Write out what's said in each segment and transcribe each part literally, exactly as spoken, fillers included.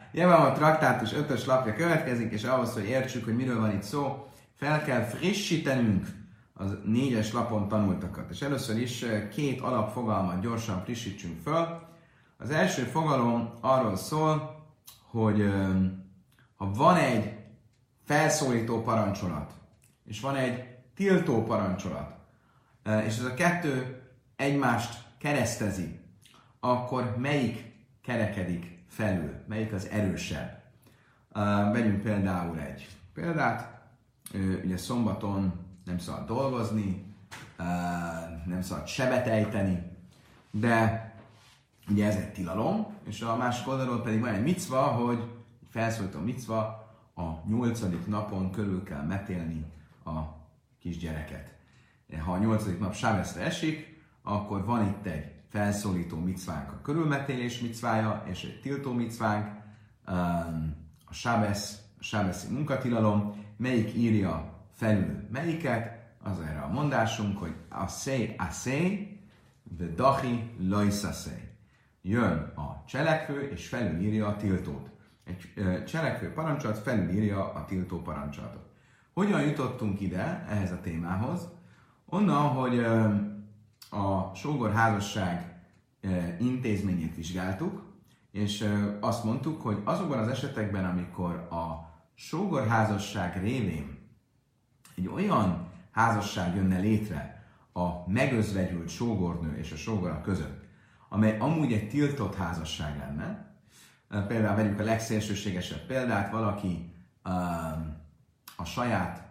Jövően a traktátus ötös lapja következik, és ahhoz, hogy értsük, hogy miről van itt szó, fel kell frissítenünk az négyes lapon tanultakat. És először is két alapfogalmat gyorsan frissítsünk föl. Az első fogalom arról szól, hogy ha van egy felszólító parancsolat, és van egy tiltó parancsolat, és ez a kettő egymást keresztezi, akkor melyik kerekedik felül, melyik az erősebb? Vegyünk például egy példát, ugye szombaton nem szabad dolgozni, nem szabad sebet ejteni, de ugye ez egy tilalom, és a másik oldalról pedig van egy micva, hogy felszólító micva, a nyolcadik napon körül kell metélni a kisgyereket. Ha a nyolcadik nap sábeszre esik, akkor van itt egy felszólító micvánk, a körülmetélés micvája, és egy tiltó micvánk, a sábesz, a sábeszi munkatilalom, melyik írja felül melyiket, az erre a mondásunk, hogy asszé, asszé, de dahi, lajszaszé. Jön a cselekvő, és felülírja a tiltót. Egy cselekvő parancsolat felülírja a tiltó parancsolatot. Hogyan jutottunk ide, ehhez a témához? Onnan, hogy a sógorházasság intézményét vizsgáltuk, és azt mondtuk, hogy azokban az esetekben, amikor a sógorházasság révén egy olyan házasság jönne létre a megözvegyült sógornő és a sógora között, amely amúgy egy tiltott házasság lenne. Például vegyük a legszélsőségesebb példát, valaki a saját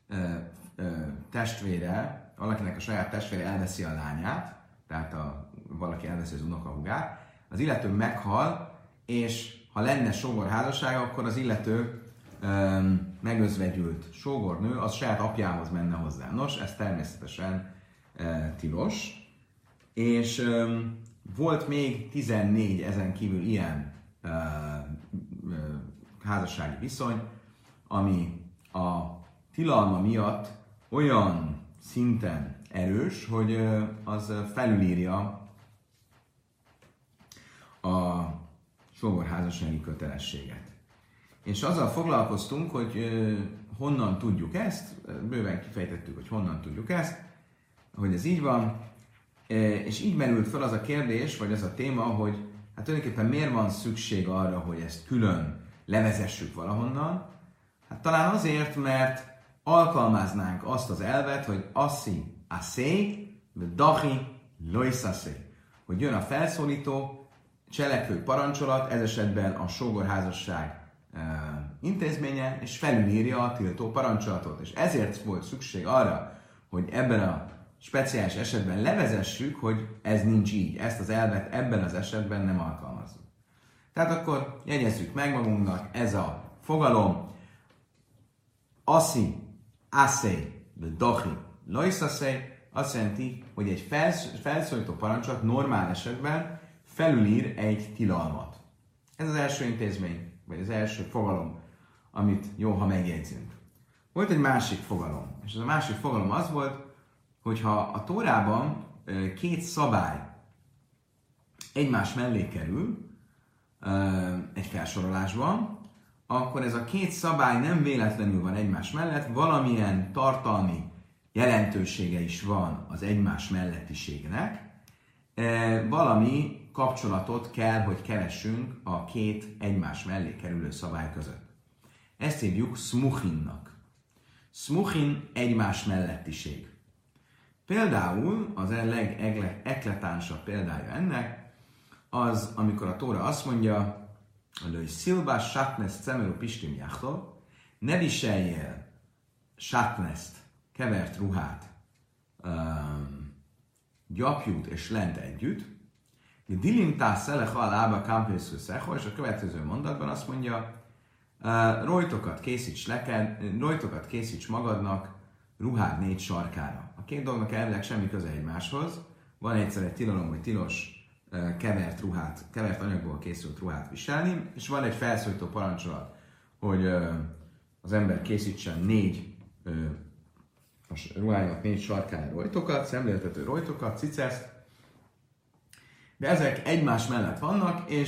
testvére, valakinek a saját testvére elveszi a lányát, tehát a, valaki elveszi az unokahúgát, az illető meghal, és ha lenne sógorházassága, akkor az illető um, megözvegyült sógornő, az saját apjához menne hozzá. Nos, ez természetesen uh, tilos, és um, volt még tizennégy ezen kívül ilyen uh, uh, házassági viszony, ami a tilalma miatt olyan szinten erős, hogy uh, az felülírja a sógorházassági kötelességet. És azzal foglalkoztunk, hogy uh, honnan tudjuk ezt, bőven kifejtettük, hogy honnan tudjuk ezt, hogy ez így van, és így merült fel az a kérdés, vagy az a téma, hogy hát tulajdonképpen miért van szükség arra, hogy ezt külön levezessük valahonnan? Hát talán azért, mert alkalmaznánk azt az elvet, hogy assi aszé, dahi loiszaszé, hogy jön a felszólító, cselekvő parancsolat, ez esetben a sógorházasság e, intézménye, és felülírja a tiltó parancsolatot. És ezért volt szükség arra, hogy ebben a speciális esetben levezessük, hogy ez nincs így. Ezt az elvet ebben az esetben nem alkalmazzuk. Tehát akkor jegyezzük meg magunknak, ez a fogalom, aszi, aszé, dahi, loiszaszé, azt jelenti, hogy egy felsz- felszólító parancsolat normál esetben felülír egy tilalmat. Ez az első intézmény, vagy az első fogalom, amit jó, ha megjegyzünk. Volt egy másik fogalom, és ez a másik fogalom az volt, hogyha a Tórában két szabály egymás mellé kerül egy felsorolásban, akkor ez a két szabály nem véletlenül van egymás mellett, valamilyen tartalmi jelentősége is van az egymás mellettiségnek, valami kapcsolatot kell, hogy keressünk a két egymás mellé kerülő szabály között. Ezt hívjuk smuchinnak. Smuchin egymás mellettiség. Például az a legekletánsabb példája ennek, az, amikor a Tóra azt mondja, hogy szilbás sátneszt cemeru pistim jachtol, ne viseljél sátneszt, kevert ruhát, um, gyapjút és lent együtt, Dilintá szelecha lába kámpésző szechol, és a következő mondatban azt mondja, uh, rojtokat készíts leked, rojtokat készíts magadnak ruhád négy sarkára. A két dolognak elvileg semmi köze egymáshoz. Van egyszer egy tilalom, hogy tilos uh, kevert ruhát, kevert anyagból készült ruhát viselni, és van egy felszólító parancsolat, hogy uh, az ember készítsen négy uh, a ruhájának négy sarkára rojtokat, szemléltető rojtokat, ciceszt, de ezek egymás mellett vannak, és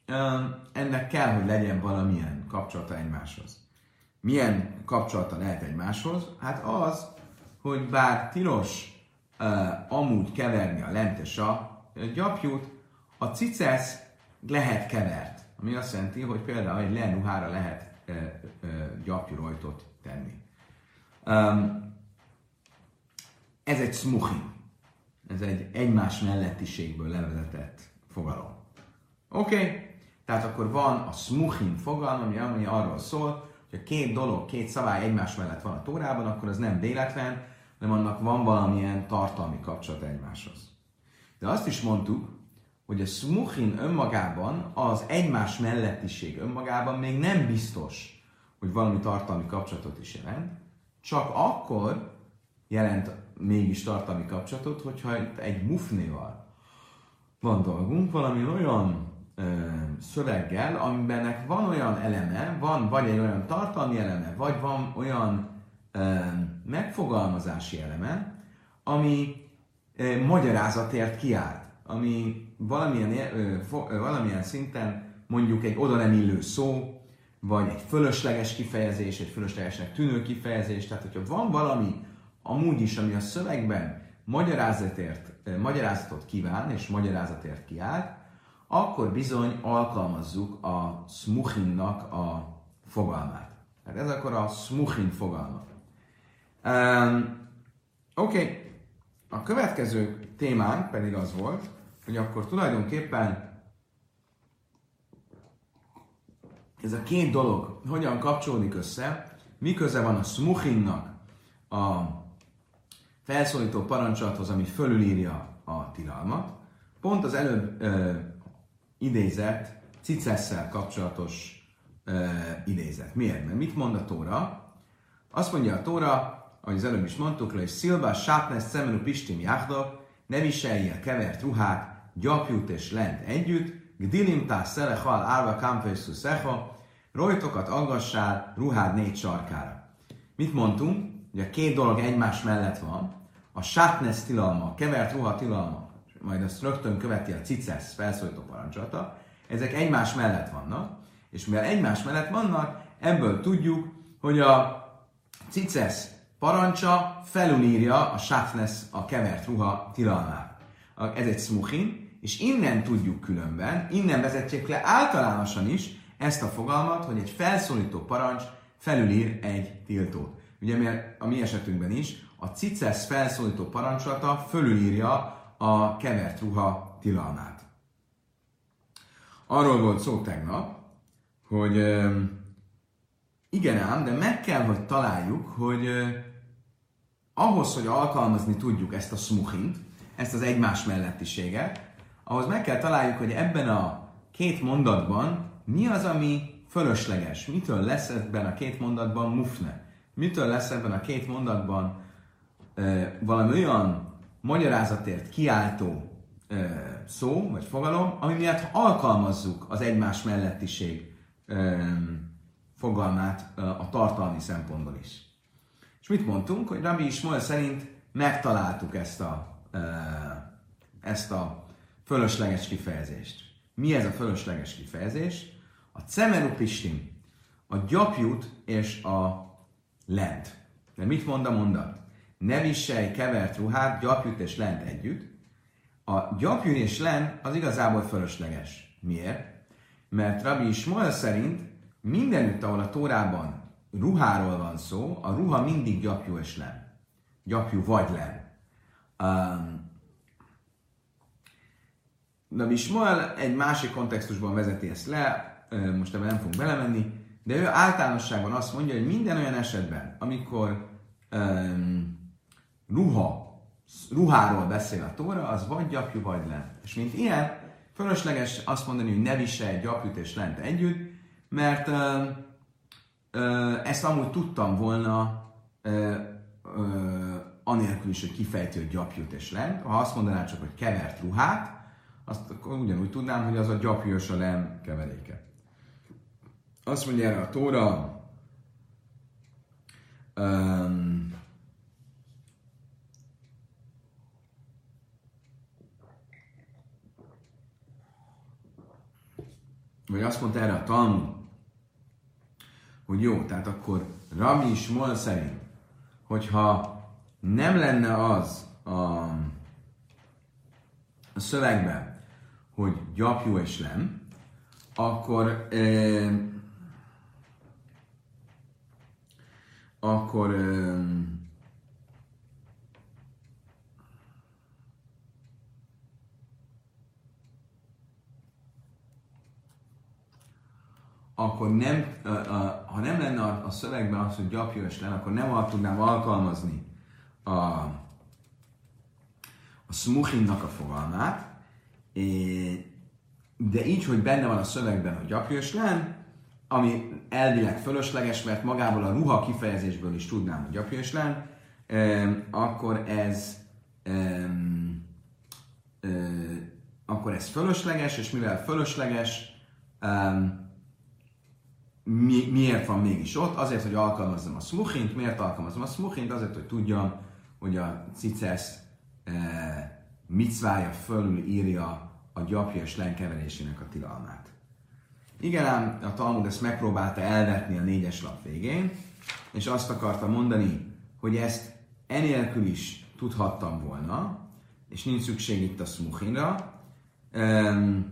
ennek kell, hogy legyen valamilyen kapcsolata egymáshoz. Milyen kapcsolata lehet egymáshoz? Hát az, hogy bár tilos uh, amúgy keverni a lent és a gyapjút, a cicesz lehet kevert. Ami azt jelenti, hogy például egy len ruhára lehet uh, uh, gyapjurojtot tenni. Um, ez egy smuchin. Ez egy egymás mellettiségből levezetett fogalom. Oké? Okay? Tehát akkor van a smuchin fogalom, ami, ami arról szól, hogy a két dolog, két szabály egymás mellett van a Tórában, akkor az nem véletlen, hanem annak van valamilyen tartalmi kapcsolat egymáshoz. De azt is mondtuk, hogy a smuchin önmagában, az egymás mellettiség önmagában még nem biztos, hogy valami tartalmi kapcsolatot is jelent, csak akkor jelent mégis tartalmi kapcsolatot, hogyha egy mufnéval van dolgunk, valami olyan ö, szöveggel, amibennek van olyan eleme, van vagy egy olyan tartalmi eleme, vagy van olyan ö, megfogalmazási eleme, ami ö, magyarázatért kiállt, ami valamilyen, ö, fo, ö, valamilyen szinten mondjuk egy oda nem illő szó, vagy egy fölösleges kifejezés, egy fölöslegesnek tűnő kifejezés, tehát hogyha van valami amúgy is, ami a szövegben magyarázatért, magyarázatot kíván, és magyarázatért kiállt, akkor bizony alkalmazzuk a smuchinnak a fogalmát. Tehát ez akkor a smuchin fogalma. Um, Oké, okay. A következő témánk pedig az volt, hogy akkor tulajdonképpen ez a két dolog hogyan kapcsolódik össze, mi köze van a smuchinnak a felszólító parancsolathoz, ami fölülírja a tilalmat. Pont az előbb ö, idézett cicesszel kapcsolatos ö, idézet. Miért? Mert mit mond a Tóra? Azt mondja a Tóra, ahogy az előbb is mondtuk, hogy Szilba, Sátnes, Szemenu, Pistim, Jáhda, ne viselje kevert ruhát, gyapjút és lent együtt, Gdilimtá, Szelechal, Árva, Kampeszu, Szecha, rojtokat aggassál ruhád négy sarkára. Mit mondtunk? Hogy a két dolog egymás mellett van, a sátnesz tilalma, a kevert ruha tilalma, majd azt rögtön követi a cicesz felszólító parancsolata, ezek egymás mellett vannak, és mivel egymás mellett vannak, ebből tudjuk, hogy a cicesz parancsa felülírja a sátnesz, a kevert ruha tilalmát. Ez egy smuchin, és innen tudjuk különben, innen vezetjük le általánosan is ezt a fogalmat, hogy egy felszólító parancs felülír egy tiltót. Ugye mert a mi esetünkben is a cicesz felszólító parancsolata fölülírja a kevert ruha tilalmát. Arról volt szó tegnap, hogy igen ám, de meg kell, hogy találjuk, hogy ahhoz, hogy alkalmazni tudjuk ezt a smuchint, ezt az egymás mellettiséget, ahhoz meg kell találjuk, hogy ebben a két mondatban mi az, ami fölösleges. Mitől lesz ebben a két mondatban mufne? Mitől lesz ebben a két mondatban e, valami olyan magyarázatért kiáltó e, szó, vagy fogalom, ami miatt alkalmazzuk az egymás mellettiség e, fogalmát e, a tartalmi szempontból is. És mit mondtunk? Hogy Rabbi Ismael szerint megtaláltuk ezt a, e, ezt a fölösleges kifejezést. Mi ez a fölösleges kifejezés? A cemeru pistim, a gyapjút és a lent. De mit mond a mondat? Ne viselj kevert ruhát, gyapjút és lent együtt. A gyapjút és lent az igazából fölösleges. Miért? Mert Rabbi Ismael szerint mindenütt, ahol a Tórában ruháról van szó, a ruha mindig gyapjú és len. Gyapjú vagy len. Um, Rabbi Ismael egy másik kontextusban vezeti ezt le, most ebben nem fogunk belemenni, de ő általánosságban azt mondja, hogy minden olyan esetben, amikor um, ruha, ruháról beszél a Tóra, az vagy gyapjú, vagy lent. És mint ilyen, fölösleges azt mondani, hogy ne viselj gyapjút és lent együtt, mert uh, uh, ezt amúgy tudtam volna uh, uh, anélkül is, hogy kifejtő gyapjút és lent. Ha azt mondanám csak, hogy kevert ruhát, azt akkor ugyanúgy tudnám, hogy az a gyapjú és a len keveréke. Azt mondja erre a Tóra, um, vagy azt mondta erre a Talmud, hogy jó, tehát akkor Rabbi Shmuel szerint, hogyha nem lenne az a, a szövegben, hogy gyapjú és lem, akkor eh, akkor eh, akkor nem, ha nem lenne a szövegben az, hogy gyapjú és lem, akkor nem tudnám alkalmazni a, a smuchinnak a fogalmát, de így, hogy benne van a szövegben, hogy gyapjú és lem, ami elvileg fölösleges, mert magából a ruha kifejezésből is tudnám, hogy gyapjú és lem, akkor ez akkor ez fölösleges, és mivel fölösleges, Mi, miért van mégis ott? Azért, hogy alkalmazzam a smuchint. Miért alkalmazom a smuchint? Azért, hogy tudjam, hogy a cicesz e, micvája fölül írja a gyapja és len keverésének a tilalmát. Igen ám, a Talmud ezt megpróbálta elvetni a négyes lap végén, és azt akarta mondani, hogy ezt enélkül is tudhattam volna, és nincs szükség itt a smuchinra, e,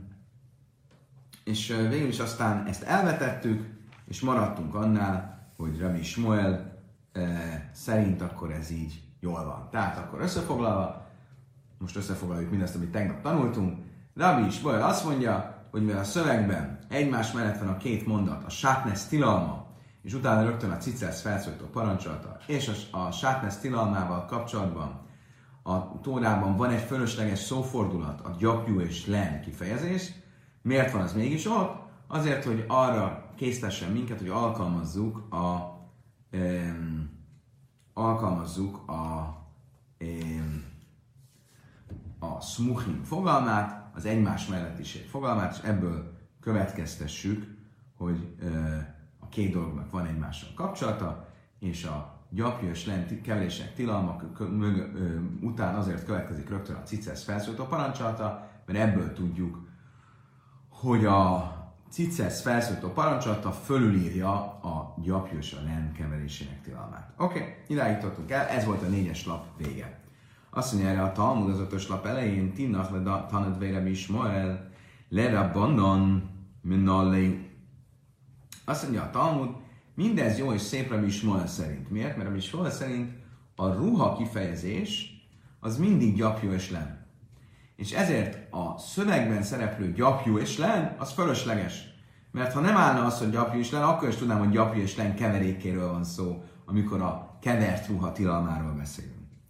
és végül is aztán ezt elvetettük, és maradtunk annál, hogy Rabbi Shmuel e, szerint akkor ez így jól van. Tehát akkor összefoglalva, most összefoglaljuk mindazt, amit tegnap tanultunk, Rabbi Shmuel azt mondja, hogy mivel a szövegben egymás mellett van a két mondat, a sátnesz tilalma, és utána rögtön a cicesz felszólító parancsolata, és a, a sátnesz tilalmával kapcsolatban a Tórában van egy fölösleges szófordulat, a gyapjú és len kifejezés. Miért van az mégis ott? Azért, hogy arra késztessen minket, hogy alkalmazzuk a um, alkalmazzuk a um, a smuchim fogalmát, az egymás mellettiség fogalmát, és ebből következtessük, hogy uh, a két dolognak van egymással kapcsolata, és a gyapjú és len keverések tilalmak után azért következik rögtön a cicesz felszólító parancsolata, mert ebből tudjuk, hogy a cicesz felszólító parancsolata fölülírja a gyapjú és a len keverésének tilalmát. Oké, okay, idáig jutottunk el, ez volt a négyes lap vége. Azt mondja erre a Talmud az ötös lap elején, Tinnach le tanad vére Ishmael, le rabbanon minnallei. Azt mondja a Talmud, mindez jó és szép Rabbi Ishmael szerint. Miért? Mert Rabbi Ishmael szerint a ruha kifejezés az mindig gyapjú és len. És ezért a szövegben szereplő gyapjú és len, az fölösleges. Mert ha nem állna az, hogy gyapjú és len, akkor is tudnám, hogy gyapjú és len keverékéről van szó, amikor a kevert ruha tilalmáról beszélünk.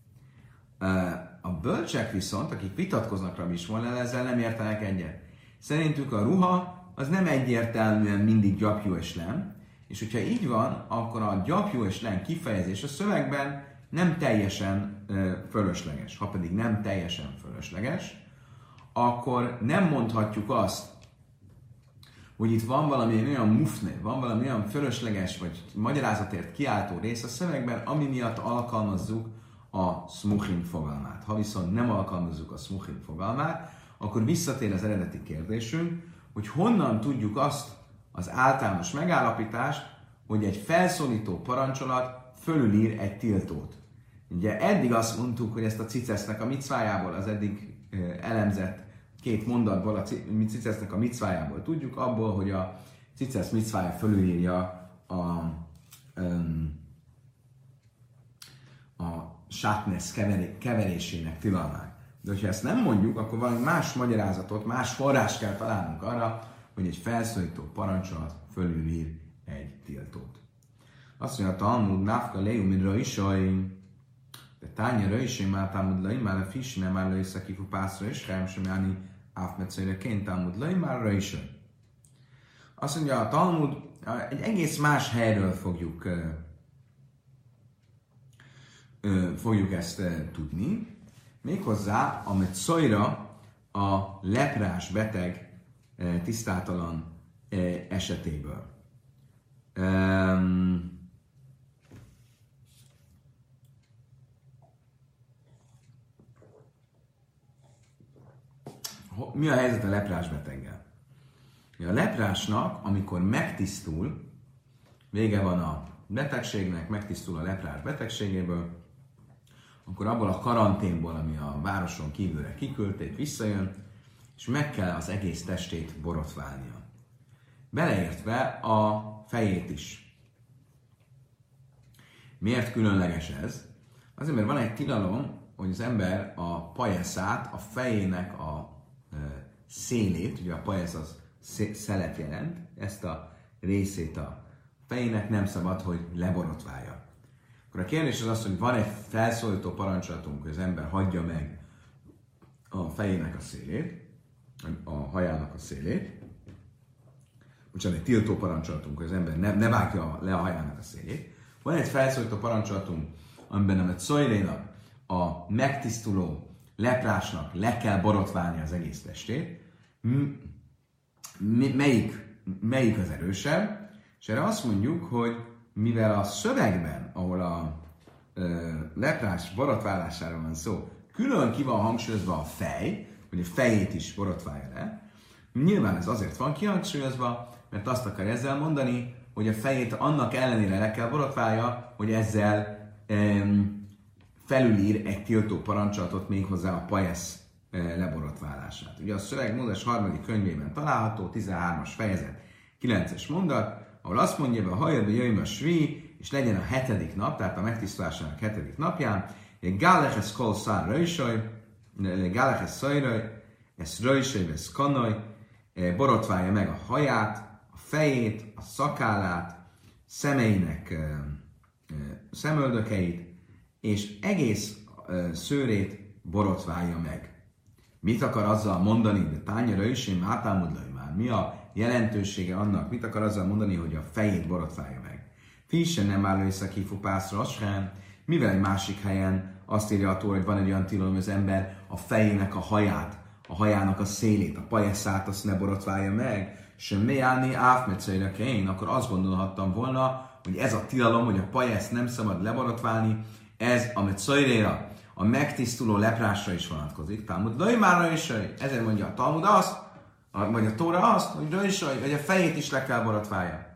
A bölcsek viszont, akik vitatkoznak Rabbi Ishmael, ezzel nem értenek egyet. Szerintük a ruha az nem egyértelműen mindig gyapjú és len, és hogyha így van, akkor a gyapjú és len kifejezés a szövegben nem teljesen ö, fölösleges. Ha pedig nem teljesen fölösleges, akkor nem mondhatjuk azt, hogy itt van valami olyan mufne, van valami olyan fölösleges vagy magyarázatért kiáltó rész a szövegben, ami miatt alkalmazzuk a smuchim fogalmát. Ha viszont nem alkalmazzuk a smuchim fogalmát, akkor visszatér az eredeti kérdésünk, hogy honnan tudjuk azt az általános megállapítást, hogy egy felszólító parancsolat fölülír egy tiltót. Ugye eddig azt mondtuk, hogy ezt a cicesznek a micvájából, az eddig elemzett két mondatból, a cicesznek a micvájából tudjuk, abból, hogy a cicesz micvája fölülírja a, a sátnesz keverésének tilalmát. De hogyha ezt nem mondjuk, akkor valami más magyarázatot, más forrás kell találnunk arra, hogy egy felszólító parancsolat fölülír egy tiltót. Azt mondja a Talmud, Nafka Leu min Röjsaj, de Tánya Röjsaj már Talmud Lai, már a Fisne, már Lai Szakifu Pászra és Helm Semjáni Áfmetszőre ként Talmud Lai, már Röjsaj. Azt mondja a Talmud, egy egész más helyről fogjuk, fogjuk ezt tudni, méghozzá a Metszojra, a leprás beteg tisztátalan esetéből. Um, mi a helyzet a leprás beteggel? A leprásnak, amikor megtisztul, vége van a betegségnek, megtisztul a leprás betegségéből, akkor abból a karanténból, ami a városon kívülre kiküldték, visszajön, és meg kell az egész testét borotválnia. Beleértve a fejét is. Miért különleges ez? Azért, mert van egy tilalom, hogy az ember a pajeszát, a fejének a e, szélét, ugye a pajesz az szelet jelent, ezt a részét a fejének nem szabad, hogy leborotválja. Akkor a kérdés az az, hogy van egy felszólító parancsolatunk, hogy az ember hagyja meg a fejének a szélét, a hajának a szélét. Bocsánat, egy tiltó parancsolatunk, hogy az ember ne, ne vágja le a hajának a szélét. Van egy felszólító parancsolatunk, amiben nem egy szojrénak, a megtisztuló leprásnak le kell borotválni az egész testét. Melyik, melyik az erősebb? És erre azt mondjuk, hogy mivel a szövegben, ahol a ö, leprás borotválásáról van szó, külön ki van hangsúlyozva a fej, hogy a fejét is borotválja le, nyilván ez azért van kihangsúlyozva, mert azt akar ezzel mondani, hogy a fejét annak ellenére le kell borotválja, hogy ezzel um, felülír egy tiltó parancsolatot méghozzá a pajesz uh, leborotválását. Ugye a szöveg Mózes harmadik könyvében található, tizenhármas fejezet, kilences mondat, ahol azt mondja, hogy a hajadba jöjjön a svi, és legyen a hetedik nap, tehát a megtisztulásának hetedik napján, Gáleches kol szár röjsaj, Gáleches szajraj, ez röjsaj, ez kanaj, borotválja meg a haját, a fejét, a szakálát, szemeinek szemöldökeit, és egész szőrét borotválja meg. Mit akar azzal mondani, de tányra is, én mátámudlai már. Mi a jelentősége annak, mit akar azzal mondani, hogy a fejét borotválja meg? Fissen nem áll össze kifu pászra asrán, mivel egy másik helyen azt írja a Tóra, hogy van egy olyan tilalom, hogy az ember a fejének a haját, a hajának a szélét, a pajeszát, azt ne borotválja meg, sem mi állni áfmetszőre én, akkor azt gondolhattam volna, hogy ez a tilalom, hogy a pajesz nem szabad leborotválni, ez a metszőjére, a megtisztuló leprásra is vonatkozik. Talmud Lajmára is, ezért mondja a Talmud azt, vagy a Tóra azt, hogy Röjsaj, vagy a fejét is le kell borotválja.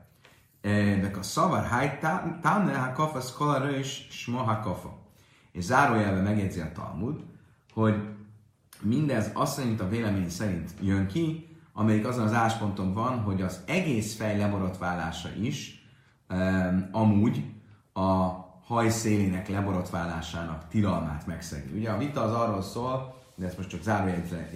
De a szavar háj támne ha kafasz kola röjs smoha kafa. És zárójelben megjegyzi a Talmud, hogy mindez azt szerint a vélemény szerint jön ki, amelyik azon az állásponton van, hogy az egész fej leborotválása is um, amúgy a hajszélének leborotválásának tilalmát megszegi. Ugye a vita az arról szól, de ezt most csak zárójelben,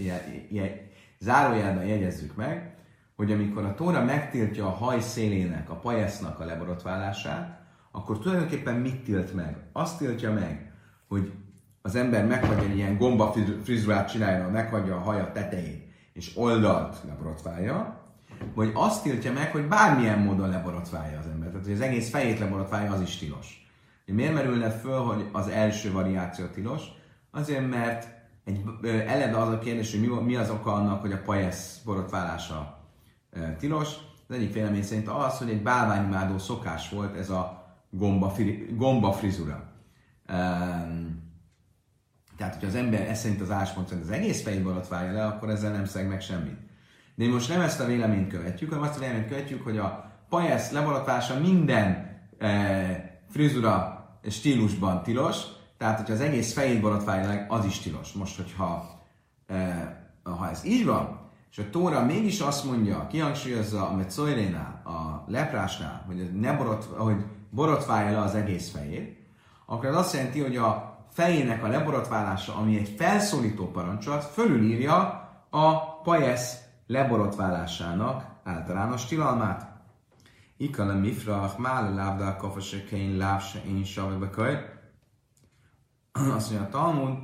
zárójelben jegyezzük meg, hogy amikor a Tóra megtiltja a hajszélének, a pajesznak a leborotválását, akkor tulajdonképpen mit tilt meg? Azt tiltja meg, hogy az ember meghagyja egy ilyen gomba frizurát csinálja, meghagyja a haja tetejét, és oldalt leborotválja, vagy azt tiltja meg, hogy bármilyen módon leborotválja az ember. Tehát, hogy az egész fejét leborotválja, az is tilos. Miért merülne föl, hogy az első variáció tilos? Azért, mert egy, eleve az a kérdés, hogy mi, mi az oka annak, hogy a pajesz borotválása e, tilos. Az egyik vélemény szerint az, hogy egy bálványimádó szokás volt ez a gomba, fri, gomba frizura. Um, tehát, hogyha az ember ezt szerint az álláspont szerint az egész fejét borotválja le, akkor ezzel nem szeg meg semmit. De most nem ezt a véleményt követjük, hanem azt a véleményt követjük, hogy a pajesz leborotválása minden e, frizura stílusban tilos, tehát, hogyha az egész fejét borotválja le, az is tilos. Most, hogyha e, ha ez így van, és a Tóra mégis azt mondja, kihangsúlyozza a metszojrénál, a leprásnál, hogy, ne borot, hogy borotválja le az egész fejét, akkor az azt jelenti, hogy a fejének a leborotválása, ami egy felszólító parancsolat, fölülírja a pajesz leborotválásának általános tilalmát. Ikala mifrach, mála lávdál kafasekein, lávse én savebekaj. Azt mondja a Talmud,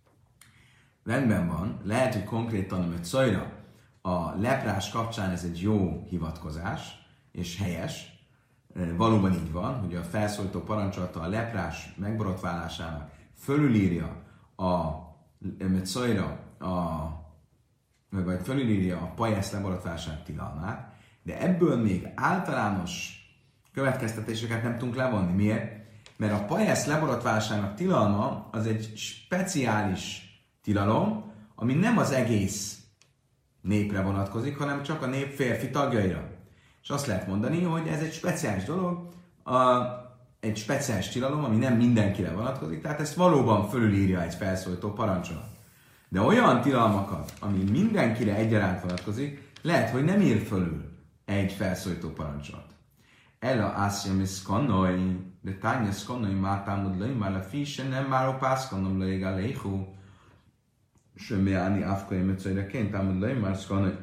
rendben van, lehet, hogy konkrétan a metszajra a leprás kapcsán ez egy jó hivatkozás, és helyes. Valóban így van, hogy a felszólító parancsolata a leprás megborotválásának fölülírja a metszajra, a, vagy fölülírja a pajesz leborotválásának tilalmát, de ebből még általános következtetéseket nem tudunk levonni. Miért? Mert a pajesz leborotválásának tilalma az egy speciális tilalom, ami nem az egész népre vonatkozik, hanem csak a nép férfi tagjaira. És azt lehet mondani, hogy ez egy speciális dolog, a, egy speciális tilalom, ami nem mindenkire vonatkozik, tehát ezt valóban fölülírja egy felszólító parancsolat. De olyan tilalmakat, ami mindenkire egyaránt vonatkozik, lehet, hogy nem ír fölül egy felszólító parancsolat. Ella ászjem is szkannoi, de tányi szkannoi mátámod löj, már lefise nem már opászkannom löjg a léhú, semmi állni áfkai möcöjreként, támod löj, már szkannoi.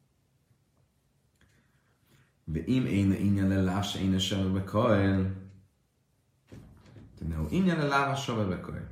De im én ingyen le lássa én a sebebe kajl. De ne, ingyen le lássa sebebe kajl.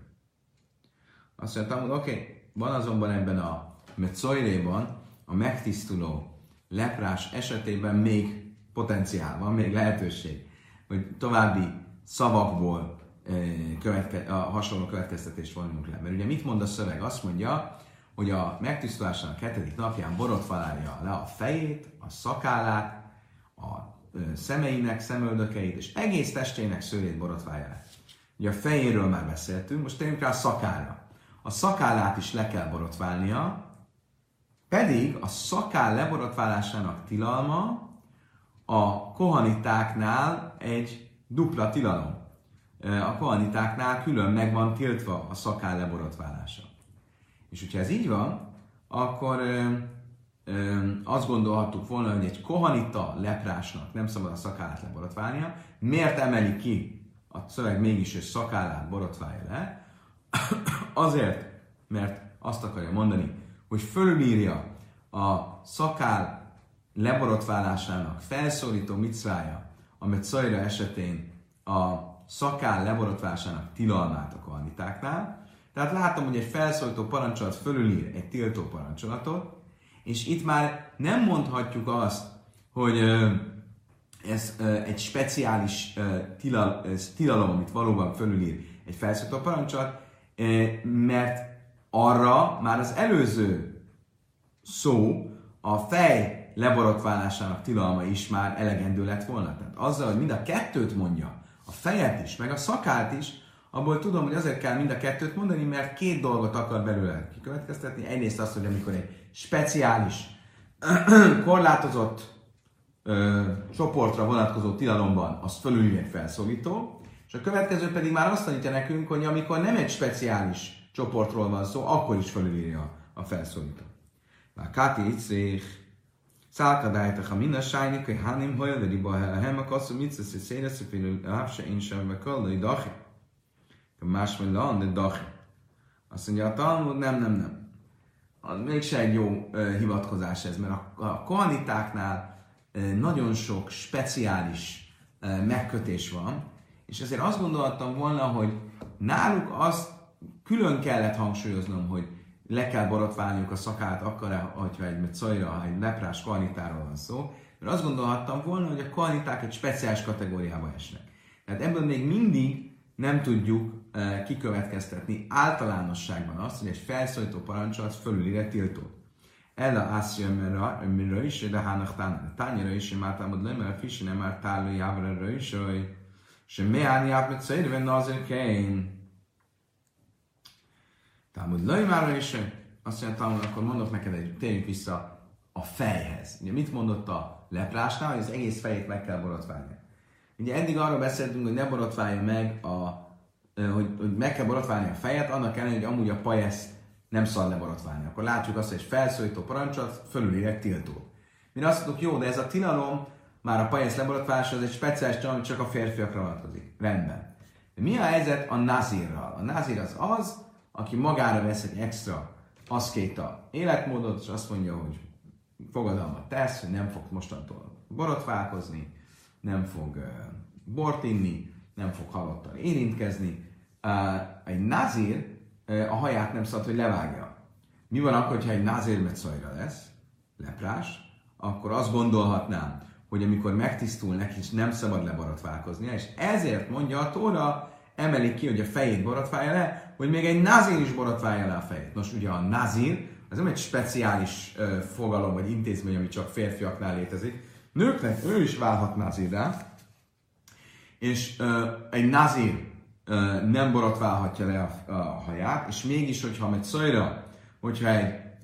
Azt mondtam, hogy oké, okay, van azonban ebben a Mecojréban, a megtisztuló leprás esetében még potenciál, van még lehetőség, hogy további szavakból követke, a hasonló következtetést vonjunk le. Mert ugye mit mond a szöveg? Azt mondja, hogy a megtisztulásának hetedik napján borotválja le a fejét, a szakállát, a szemeinek, szemöldökeit, és egész testének szőrét borotválja le. Ugye a fejéről már beszéltünk, most térjünk rá a szakálra. A szakállát is le kell borotválnia, pedig a szakáll leborotválásának tilalma a kohanitáknál egy dupla tilalom. A kohanitáknál külön meg van tiltva a szakáll leborotválása. És hogyha ez így van, akkor ö, ö, azt gondolhattuk volna, hogy egy kohanita leprásnak nem szabad a szakállát leborotválnia. Miért emeli ki a szöveg mégis, hogy szakállát borotválja le? Azért, mert azt akarja mondani, hogy fölülírja a szakáll leborotválásának felszólító micvája, amit Szajra esetén a szakáll leborotválásának tilalmát a kohanitáknál. Tehát látom, hogy egy felszólító parancsolat fölülír egy tiltó parancsolatot, és itt már nem mondhatjuk azt, hogy ez egy speciális tilalom, amit valóban fölülír egy felszólító parancsolat, mert arra már az előző szó, a fej leborotválásának tilalma is már elegendő lett volna. Tehát azzal, hogy mind a kettőt mondja, a fejet is, meg a szakát is, abból tudom, hogy azért kell mind a kettőt mondani, mert két dolgot akar belőle kikövetkeztetni. Egyrészt azt, hogy amikor egy speciális, korlátozott ö, csoportra vonatkozó tilalomban az fölülír egy felszólító, és a következő pedig már azt tanítja nekünk, hogy amikor nem egy speciális csoportról van szó, akkor is fölülírja a felszólító. Már Káti Itzrich, Szálkadájtak, ha minden sájnik, hogy hánim hajl, vagy iba hem a kasszú mitzesz, és szénesz, hogy lápse én sem, vagy kallai dachi. De más mondja, de dachi. Azt mondja, a Talmud, nem, nem, nem. Az mégse egy jó uh, hivatkozás ez, mert a, a kohanitáknál uh, nagyon sok speciális uh, megkötés van, és ezért azt gondoltam volna, hogy náluk azt külön kellett hangsúlyoznom, hogy le kell borotválniuk a szakát akkor, hogyha egy mecajra, egy leprás kohanitáról van szó, mert azt gondolhattam volna, hogy a kohaniták egy speciális kategóriába esnek. Tehát ebből még mindig nem tudjuk uh, kikövetkeztetni általánosságban azt, hogy egy felszólító parancsolat fölülír egy tiltót. Ella ászja mire is, de hának tányira is, már támad le, mert fisi nem már táló jávra is, hogy sem meállni át, mert szépen azért kén. Talmud Lajmára is, azt mondja, Talmud, akkor mondok neked egy, térjünk vissza a fejhez. Ugye mit mondott a leprásnál, hogy az egész fejét meg kell borotválni. Ugye eddig arról beszéltünk, hogy ne borotválja meg, a, hogy, hogy meg kell borotválni a fejet, annak ellenére, hogy amúgy a pajesz nem szabad leborotválni. Akkor látjuk azt, hogy egy felszólító parancsolat fölülír egy tiltót. Mi azt mondjuk, jó, de ez a tilalom, már a pajesz leborotválása, az egy speciális tilalom, csak a férfiakra vonatkozik. Rendben. De mi a helyzet a nazírral? A nazír az az, aki magára vesz egy extra aszkéta életmódot, és azt mondja, hogy fogadalmat tesz, hogy nem fog mostantól borotválkozni, nem fog uh, bort inni, nem fog halottal érintkezni. Uh, egy nazír uh, a haját nem szabad, hogy levágja. Mi van akkor, ha egy nazír mecajra lesz, leprás, akkor azt gondolhatnám, hogy amikor megtisztul neki, nem szabad leborotválkoznia, és ezért mondja a Tóra, emelik ki, hogy a fejét borotválja le, hogy még egy nazír is borotválja le a fejét. Nos, ugye a nazír, az nem egy speciális uh, fogalom vagy intézmény, ami csak férfiaknál létezik. Nőknek ő is válhat nazírrá, és uh, egy nazír uh, nem borotválhatja le a, a haját, és mégis, hogyha megy szajra, hogyha egy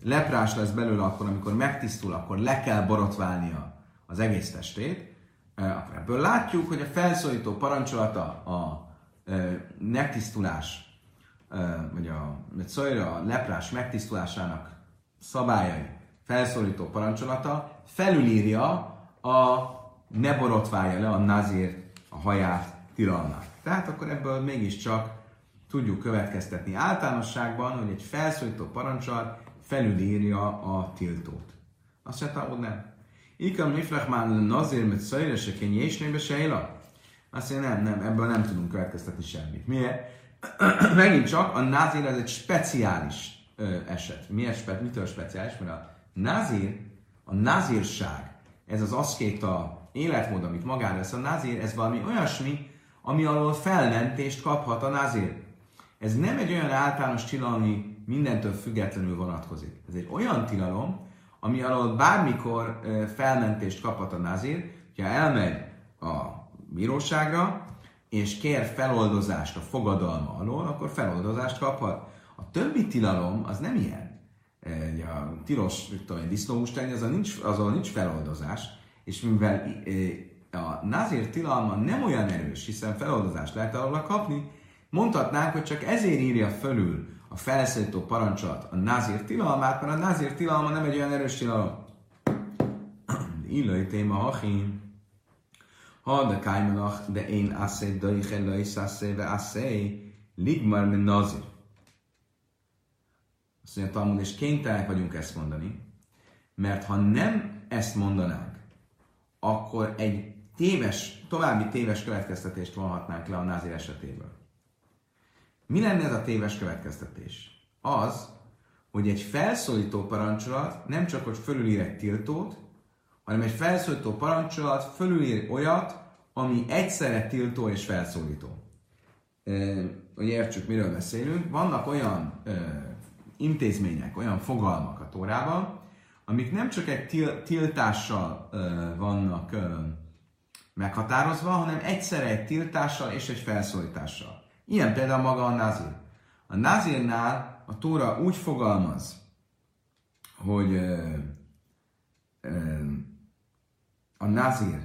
leprás lesz belőle, akkor amikor megtisztul, akkor le kell borotválnia az egész testét, akkor ebből látjuk, hogy a felszólító parancsolata a megtisztulás, vagy a, a leprás megtisztulásának szabályai, felszólító parancsolata felülírja a ne borotválja le a nazír a haját tilalmát. Tehát akkor ebből mégiscsak tudjuk következtetni általánosságban, hogy egy felszólító parancsolat felülírja a tiltót. Azt se talán nem. Ikam nifrachmán nazír mit szajresekény jésnébe sejla? Azt mondja, nem, nem, ebből nem tudunk következtetni semmit. Miért? Megint csak a nazír ez egy speciális ö, eset. Miért spe, mitől speciális? Mert a nazír, a nazírság, ez az aszkéta életmód, amit magára lesz a nazír, ez valami olyasmi, ami alól felmentést kaphat a nazír. Ez nem egy olyan általános tilalom, ami mindentől függetlenül vonatkozik. Ez egy olyan tilalom, ami alól bármikor ö, felmentést kaphat a nazír, hogyha elmegy a bíróságra, és kér feloldozást a fogadalma alól, akkor feloldozást kaphat. A többi tilalom az nem ilyen. A tilos, tudom, disznóhúst tenni, azon nincs, azon nincs feloldozás, és mivel a nazír tilalma nem olyan erős, hiszen feloldozást lehet alól kapni, mondhatnánk, hogy csak ezért írja fölül a felszólító parancsolat a nazír tilalmát, mert a nazír tilalma nem egy olyan erős tilalom. Illai téma hachim. Ha de kájmanach, de én asszé, de ich ellai szasszé, ve asszé, ligmar min nazir. Azt mondja Talmud, és kénytelenek vagyunk ezt mondani, mert ha nem ezt mondanánk, akkor egy téves, további téves következtetést vonhatnánk le a nazir esetéből. Mi lenne ez a téves következtetés? Az, hogy egy felszólító parancsolat nem csak, hogy fölülír egy tiltót, hanem egy felszólító parancsolat fölülír olyat, ami egyszerre tiltó és felszólító. E, hogy értsük, miről beszélünk, vannak olyan e, intézmények, olyan fogalmak a Tórában, amik nem csak egy til- tiltással e, vannak e, meghatározva, hanem egyszerre egy tiltással és egy felszólítással. Ilyen például maga a nazír. A nazírnál a Tóra úgy fogalmaz, hogy e, e, a nazír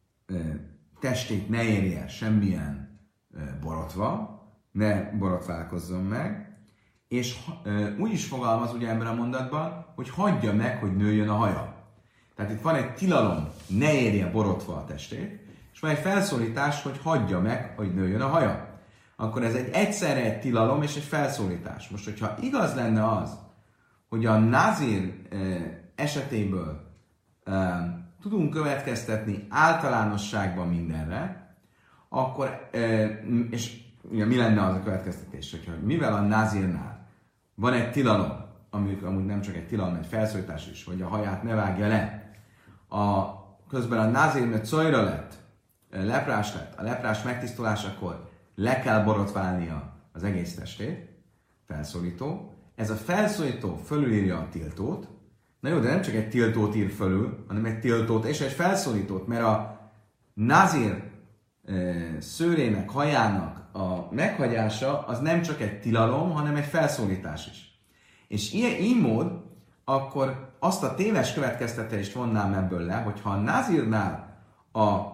testét ne érje semmilyen borotva, ne borotválkozzon meg, és úgy is fogalmaz ugye ebben a mondatban, hogy hagyja meg, hogy nőjön a haja. Tehát itt van egy tilalom, ne érje borotva a testét, és van egy felszólítás, hogy hagyja meg, hogy nőjön a haja. Akkor ez egy egyszerre egy tilalom és egy felszólítás. Most, hogyha igaz lenne az, hogy a nazír esetéből tudunk következtetni általánosságban mindenre, akkor, és mi lenne az a következtetés, hogyha mivel a nazírnál van egy tilalom, ami amúgy nem csak egy tilalom, egy felszólítás is, hogy a haját ne vágja le, a, közben a nazír, mert szojra lett, leprás lett, a leprás megtisztulásakor le kell borotválnia az egész testét, felszólító, ez a felszólító fölülírja a tiltót. Na jó, de nem csak egy tiltót ír fölül, hanem egy tiltót és egy felszólítót, mert a nazír e, szőrének, hajának a meghagyása az nem csak egy tilalom, hanem egy felszólítás is. És ilyen, így mód, akkor azt a téves következtetést vonnám ebből le, hogyha a nazírnál a e,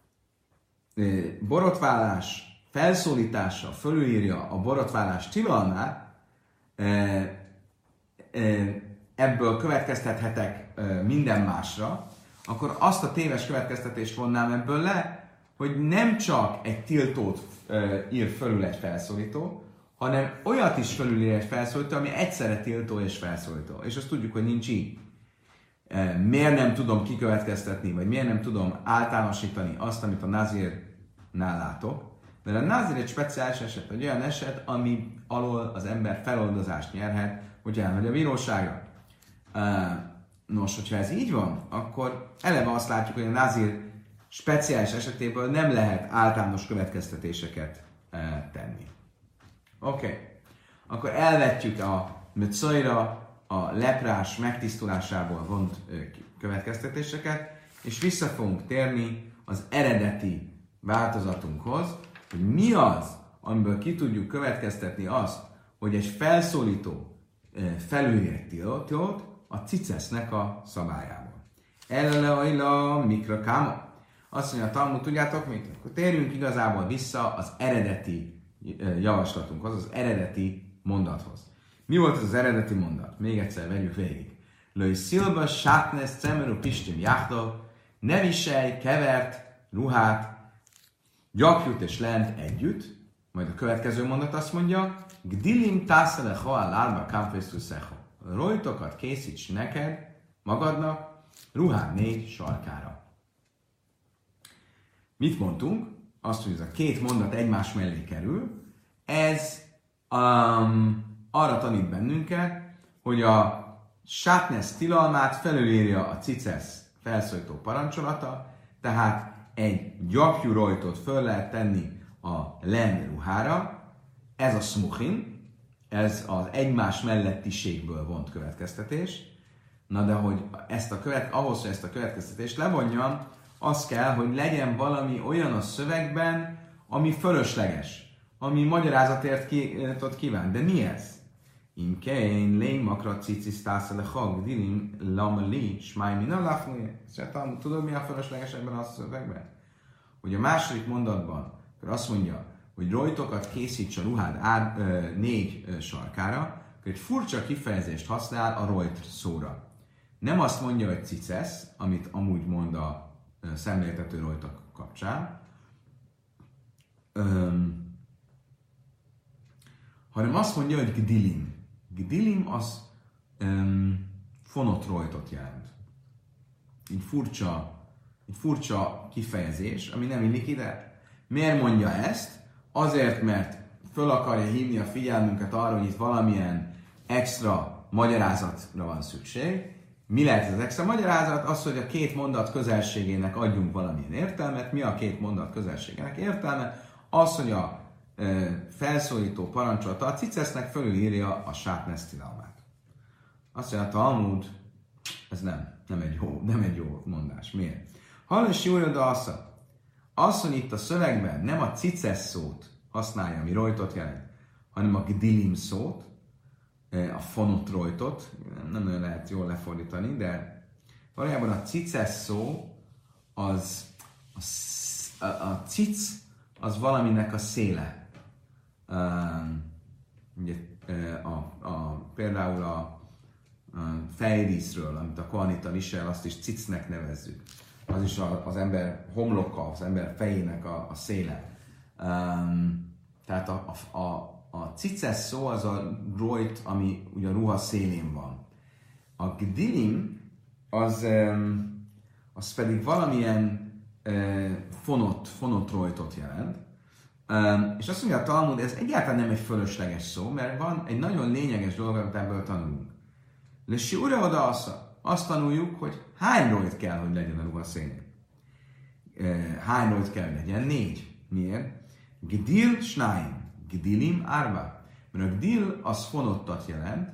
borotválás felszólítása fölülírja a borotválás tilalmát, e, e, ebből következtethetek e, minden másra, akkor azt a téves következtetést vonnám ebből le, hogy nem csak egy tiltót e, ír fölül egy felszólító, hanem olyat is fölülír egy felszólító, ami egyszerre tiltó és felszólító. És azt tudjuk, hogy nincs így. E, miért nem tudom kikövetkeztetni, vagy miért nem tudom általánosítani azt, amit a nazírnál látok? Mert a nazír egy speciális eset, egy olyan eset, ami alól az ember feloldozást nyerhet, hogy elmegy a bíróságra. Nos, hogyha ez így van, akkor eleve azt látjuk, hogy a nazír speciális esetéből nem lehet általános következtetéseket tenni. Oké. Okay. Akkor elvetjük a mecojra, a leprás megtisztulásából vont következtetéseket, és vissza fogunk térni az eredeti változatunkhoz, hogy mi az, amiből ki tudjuk következtetni azt, hogy egy felszólító felülért tiltot a cicesznek a szabályából. Ellele ajla mikra káma. Azt mondja a Talmud, tudjátok mit? Akkor térjünk igazából vissza az eredeti javaslatunkhoz, az eredeti mondathoz. Mi volt ez az eredeti mondat? Még egyszer vegyük végig. Löj szilva, sátnesz, cemeru, pistim, jáhta, ne viselj kevert ruhát, gyapjút és lent együtt. Majd a következő mondat azt mondja, Gdilim tászele ha lárba kámfésztuszeha. Rojtokat készíts neked, magadnak, ruhád négy sarkára. Mit mondtunk? Azt, hogy ez a két mondat egymás mellé kerül, ez um, arra tanít bennünket, hogy a sátnesz tilalmát felülírja a cicesz felszólító parancsolata, tehát egy gyapjú rojtot föl lehet tenni a len ruhára, ez a smuchin, ez az egymás mellettiségből vont következtetés. Na de hogy ezt a követ, ahhoz, hogy ezt a következtetést levonjam, az kell, hogy legyen valami olyan a szövegben, ami fölösleges, ami magyarázatért ki, tud kíván. De mi ez? Imkein, lény makra cicis tászele hag, dilim, lamali, smáj, min alafni. Tudod, mi a fölösleges ebben a szövegben? Hogy a második mondatban azt mondja, hogy rojtokat készíts a ruhád ár, ö, négy ö, sarkára, akkor egy furcsa kifejezést használ a rojt szóra. Nem azt mondja, hogy cicesz, amit amúgy mond a ö, szemléltető rojtok kapcsán, öm, hanem azt mondja, hogy gdilim. Gdilim az öm, fonott rojtot jelent. Egy furcsa, egy furcsa kifejezés, ami nem illik ide. Miért mondja ezt? Azért, mert föl akarja hívni a figyelmünket arra, hogy itt valamilyen extra magyarázatra van szükség. Mi lehet ez az extra magyarázat? Az, hogy a két mondat közelségének adjunk valamilyen értelmet. Mi a két mondat közelségének értelme? Az, hogy a e, felszólító parancsolata a cicesznek fölülírja a sátnesz tilalmát. Azt mondja, a Talmud, ez nem, nem egy jó, nem egy jó mondás. Miért? Hallás jó, de azt Az, hogy itt a szövegben nem a cicesz szót használja, ami rojtot jelent, hanem a gdilim szót, a fonott rojtot, nem nagyon lehet jól lefordítani, de valójában a cicesz szó, az a, a, a cic, az valaminek a széle. Um, ugye, a, a, például a, a fejríszről, amit a kohanita visel, azt is cicnek nevezzük. Az is az ember homloka, az ember fejének a, a széle. Um, tehát a, a, a, a cicesz szó az a rojt, ami ugye a ruha szélén van. A gdilim az, um, az pedig valamilyen uh, fonott, fonott rojtot jelent. Um, és azt mondja a Talmud, ez egyáltalán nem egy fölösleges szó, mert van egy nagyon lényeges dolog, amit ebből tanulunk. Lessi ura oda assza. Azt tanuljuk, hogy hány rojt kell, hogy legyen a ruha szélén. Hány rojt kell, hogy legyen? Négy. Miért? Gdil snáim. Gdilim árva. Mert a gdil az fonottat jelent.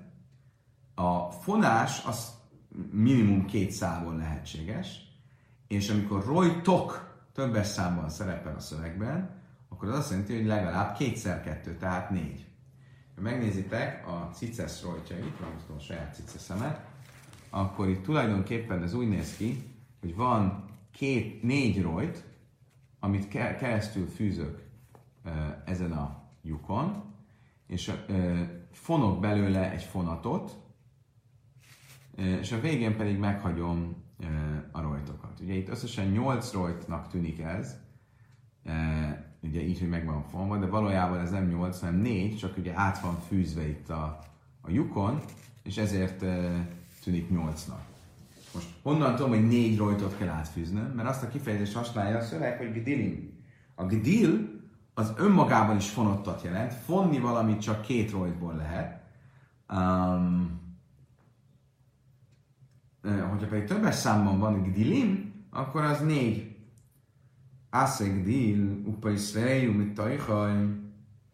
A fonás az minimum két számból lehetséges. És amikor rojtok többes számban szerepel a szövegben, akkor az azt jelenti, hogy legalább kétszer kettő, tehát négy. Ha megnézitek a cicesz rojtjait, valamint a saját ciceszemet, akkor itt tulajdonképpen ez úgy néz ki, hogy van két, négy rojt, amit ke- keresztül fűzök uh, ezen a lyukon, és uh, fonok belőle egy fonatot, uh, és a végén pedig meghagyom uh, a rojtokat. Ugye itt összesen nyolc rojtnak tűnik ez, uh, ugye így, hogy meg van fonva, de valójában ez nem nyolc, hanem négy, csak ugye át van fűzve itt a, a lyukon, és ezért uh, tűnik nyolcnak. Most honnan tudom, hogy négy rojtot kell átfűznöm? Mert azt a kifejezést használja a szöveg, hogy gdilim. A gdil az önmagában is fonottat jelent. Fonni valamit csak két rojtból lehet. Um, hogyha pedig többes számban van gdilim, akkor az négy. Ásze gdil, upa iszreju, mit tajhaim.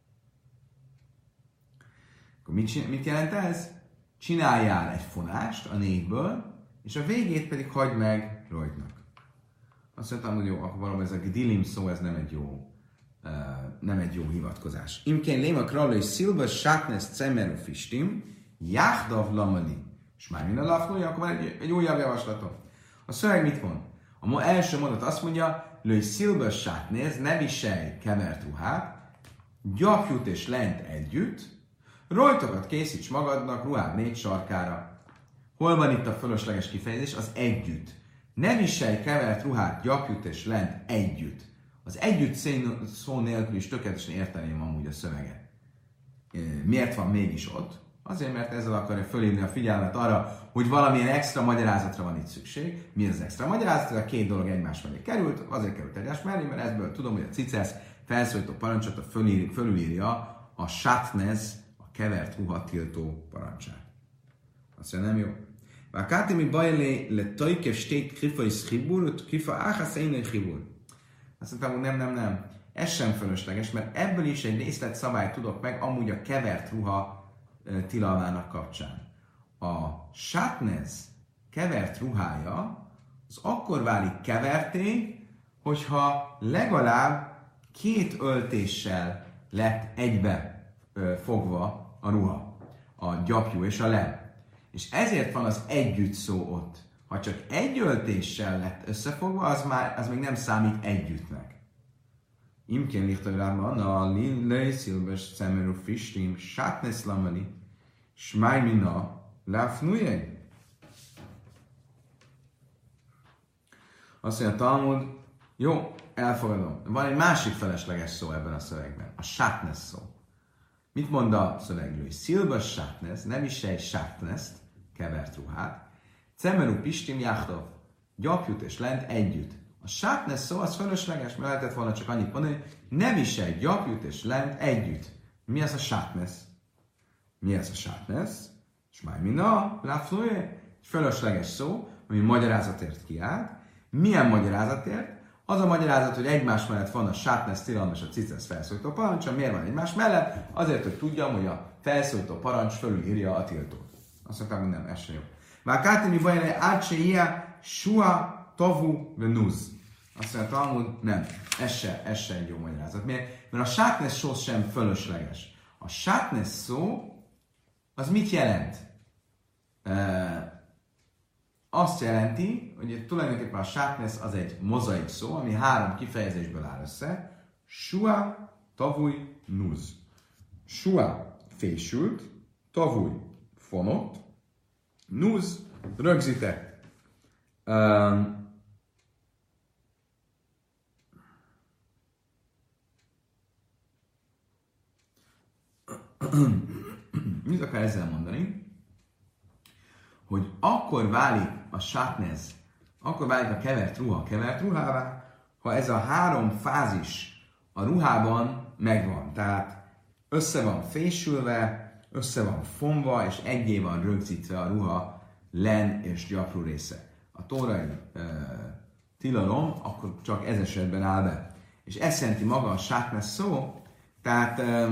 Akkor mit, mit jelent ez? Csináljál egy fonást a négyből, és a végét pedig hagyd meg rojtnak. Azt mondtam, hogy jó, akkor valóban ez a gdilim szó, ez nem egy jó, uh, nem egy jó hivatkozás. Imkén léma krallai szilva sátnesz cemeru fistim, Jáhdav lamali. És már minden lafnója, akkor van egy, egy újabb javaslatom. A szöveg mit mond? A ma első mondat azt mondja, lőj szilbös sátnéz, ne viselj kevert ruhát, gyapjút és lent együtt, rojtokat készíts magadnak ruhád négy sarkára. Hol van itt a fölösleges kifejezés? Az együtt. Ne viselj kevert ruhát, gyapjút és lent együtt. Az együtt szó nélkül is tökéletesen érteném amúgy a szöveget. Miért van mégis ott? Azért, mert ezzel akarja fölhívni a figyelmet arra, hogy valamilyen extra magyarázatra van itt szükség. Mi az extra magyarázat? A két dolog egymás mellé került, azért került egymás mellé, mert ebből tudom, hogy a cicesz felszólító parancsot fölír, fölülírja a sátnez, a kevert ruha tiltó parancsát. Azt mondja, nem jó. Vákátimi bajlé le tajkev stét krifa is chibur, krifa áhász én egy chibur. Azt mondtam, hogy nem, nem, nem. Ez sem fölösleges, mert ebből is egy részletszabályt tudok meg amúgy a kevert ruha tilalmának kapcsán. A sátnez kevert ruhája az akkor válik keverté, hogyha legalább két öltéssel lett egybe ö, fogva a ruha, a gyapjú és a lem. És ezért van az együtt szó ott. Ha csak egy öltéssel lett összefogva, az, már, az még nem számít együttnek. Imkén lichtavrában a lejszilbes szemerű fristim sátnesz lamali smájmina láfnujeg. Azt mondja a Talmud, jó, elfogadom. Van egy másik felesleges szó ebben a szövegben, a sátnesz szó. Mit mond a szöveglő? Szilbes sátnesz, ne viselj sátneszt, kevert ruhát, cemerú pistim jáhtov, gyapjút és lent együtt. A sátnesz szó az fölösleges, mert lehetett volna csak annyit mondani, hogy ne viselj gyapjút és lent együtt. Mi az a sátnesz? Mi ez a sátnesz? És már mi na, láfnóje? Fölösleges szó, ami magyarázatért kiállt. Milyen magyarázatért? Az a magyarázat, hogy egymás mellett van a sátnesz tilalom és a cicesz felszólító parancsa. Miért van egymás mellett? Azért, hogy tudjam, hogy a felszólító parancs fölülírja a tiltót. Azt mondtam, hogy nem, ez sem jó. Már kátini bajra átse sua tavu venuz. Azt mondja, Talmud, nem, ez se, ez se egy jó magyarázat. Miért? Mert a sátnesz szó sem fölösleges. A sátnesz szó az mit jelent? E, azt jelenti, hogy tulajdonképpen a sátnesz az egy mozaik szó, ami három kifejezésből áll össze. Sua, tavuj, nuz. Sua fésült, tavuj fonott, nuz rögzített. Um, Mit akar ezzel mondani? Hogy akkor válik a sátnez, akkor válik a kevert ruha kevert ruhává, ha ez a három fázis a ruhában megvan. Tehát össze van fésülve, össze van fonva, és egyé van rögzítve a ruha len és gyapjú része. A tórai e, tilalom akkor csak ez esetben áll be. És ez jelenti maga a sátnez szó, tehát e,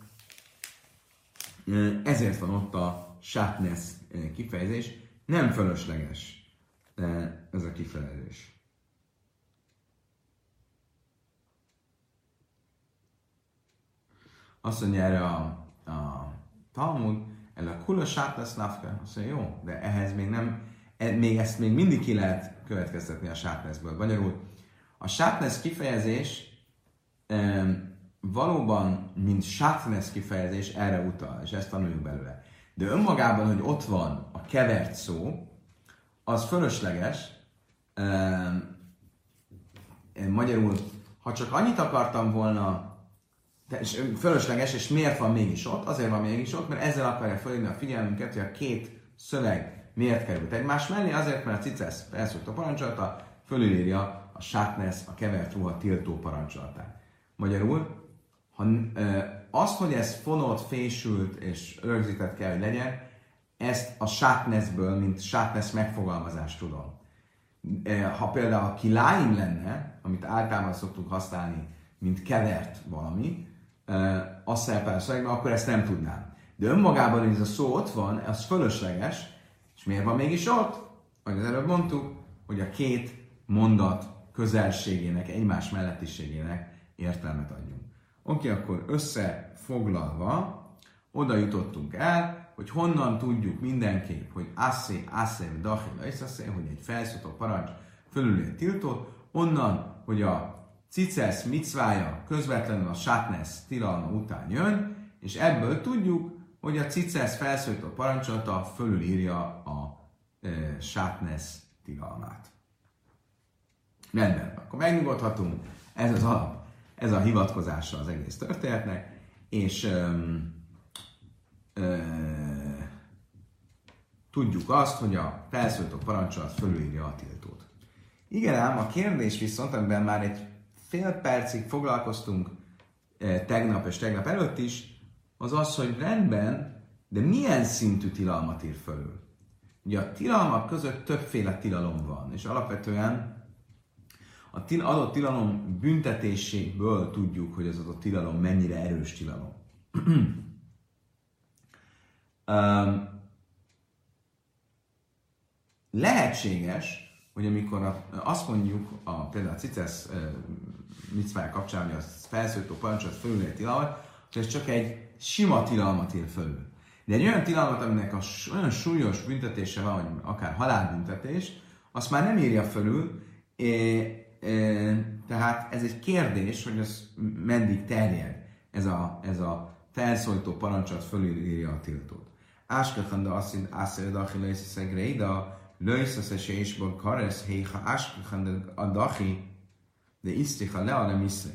ezért van ott a sátnesz kifejezés, nem fölösleges ez a kifejezés. Azt mondja erre a, a Talmud, el a kula sátnesz nafka, azt mondja, jó, de ehhez még nem, még ezt még mindig ki lehet következtetni a sátneszből. Magyarul a sátnesz kifejezés valóban, mint sátnesz kifejezés erre utal, és ezt tanuljuk belőle. De önmagában, hogy ott van a kevert szó, az fölösleges. Magyarul, ha csak annyit akartam volna, de fölösleges, és miért van mégis ott? Azért van mégis ott, mert ezzel akarja felhívni a figyelmünket, hogy a két szöveg miért került egymás mellé, azért, mert a cicesz elszokta parancsolata, fölülírja a sátnesz, a kevert ruha tiltó parancsolatát. Magyarul, ha, e, az, hogy ez fonott, fésült és rögzített kell, hogy legyen, ezt a sátneszből, mint sátnesz megfogalmazást tudom. E, ha például a kiláim lenne, amit általában szoktunk használni, mint kevert valami, e, azt szerepel a szövegben, akkor ezt nem tudnám. De önmagában, hogy ez a szó ott van, az fölösleges, és miért van mégis ott? Ahogy az előbb mondtuk, hogy a két mondat közelségének, egymás mellettiségének értelmet adjunk. Oké, okay, akkor összefoglalva, oda jutottunk el, hogy honnan tudjuk mindenképp, hogy asszé, asszé, dachi, laiszaszé, hogy egy felszólító parancs fölülír tiltót, onnan, hogy a cicesz micvája közvetlenül a sátnesz tilalma után jön, és ebből tudjuk, hogy a cicesz felszólító parancsolata fölülírja a e, sátnesz tilalmát. Rendben, akkor megnyugodhatunk, ez az alap, ez a hivatkozása az egész történetnek, és öm, ö, tudjuk azt, hogy a felszólító parancsolat fölülírja a tiltót. Igen ám, a kérdés viszont, amiben már egy fél percig foglalkoztunk e, tegnap és tegnap előtt is, az az, hogy rendben, de milyen szintű tilalmat ír fölül? Ugye a tilalmak között többféle tilalom van, és alapvetően a til- adott tilalom büntetéséből tudjuk, hogy az adott tilalom mennyire erős tilalom. um, lehetséges, hogy amikor a, azt mondjuk, a, például a cicesz uh, micvája kapcsán, hogy a felszólító parancsolat fölülír tilalmat, hogy ez csak egy sima tilalmat ír fölül. De egy olyan tilalmat, aminek a, olyan súlyos büntetése van, hogy akár halálbüntetés, azt már nem írja fölül, é, tehát ez egy kérdés, hogy ez meddig terjed, ez a, ez a felszólító parancsolat fölírja a tiltót. Áskachan de asszint ászere dachi lőszeszeg réda, lőszeszeseésből karesz héha áskachan de a dachi, de iszticha le a nem iszre.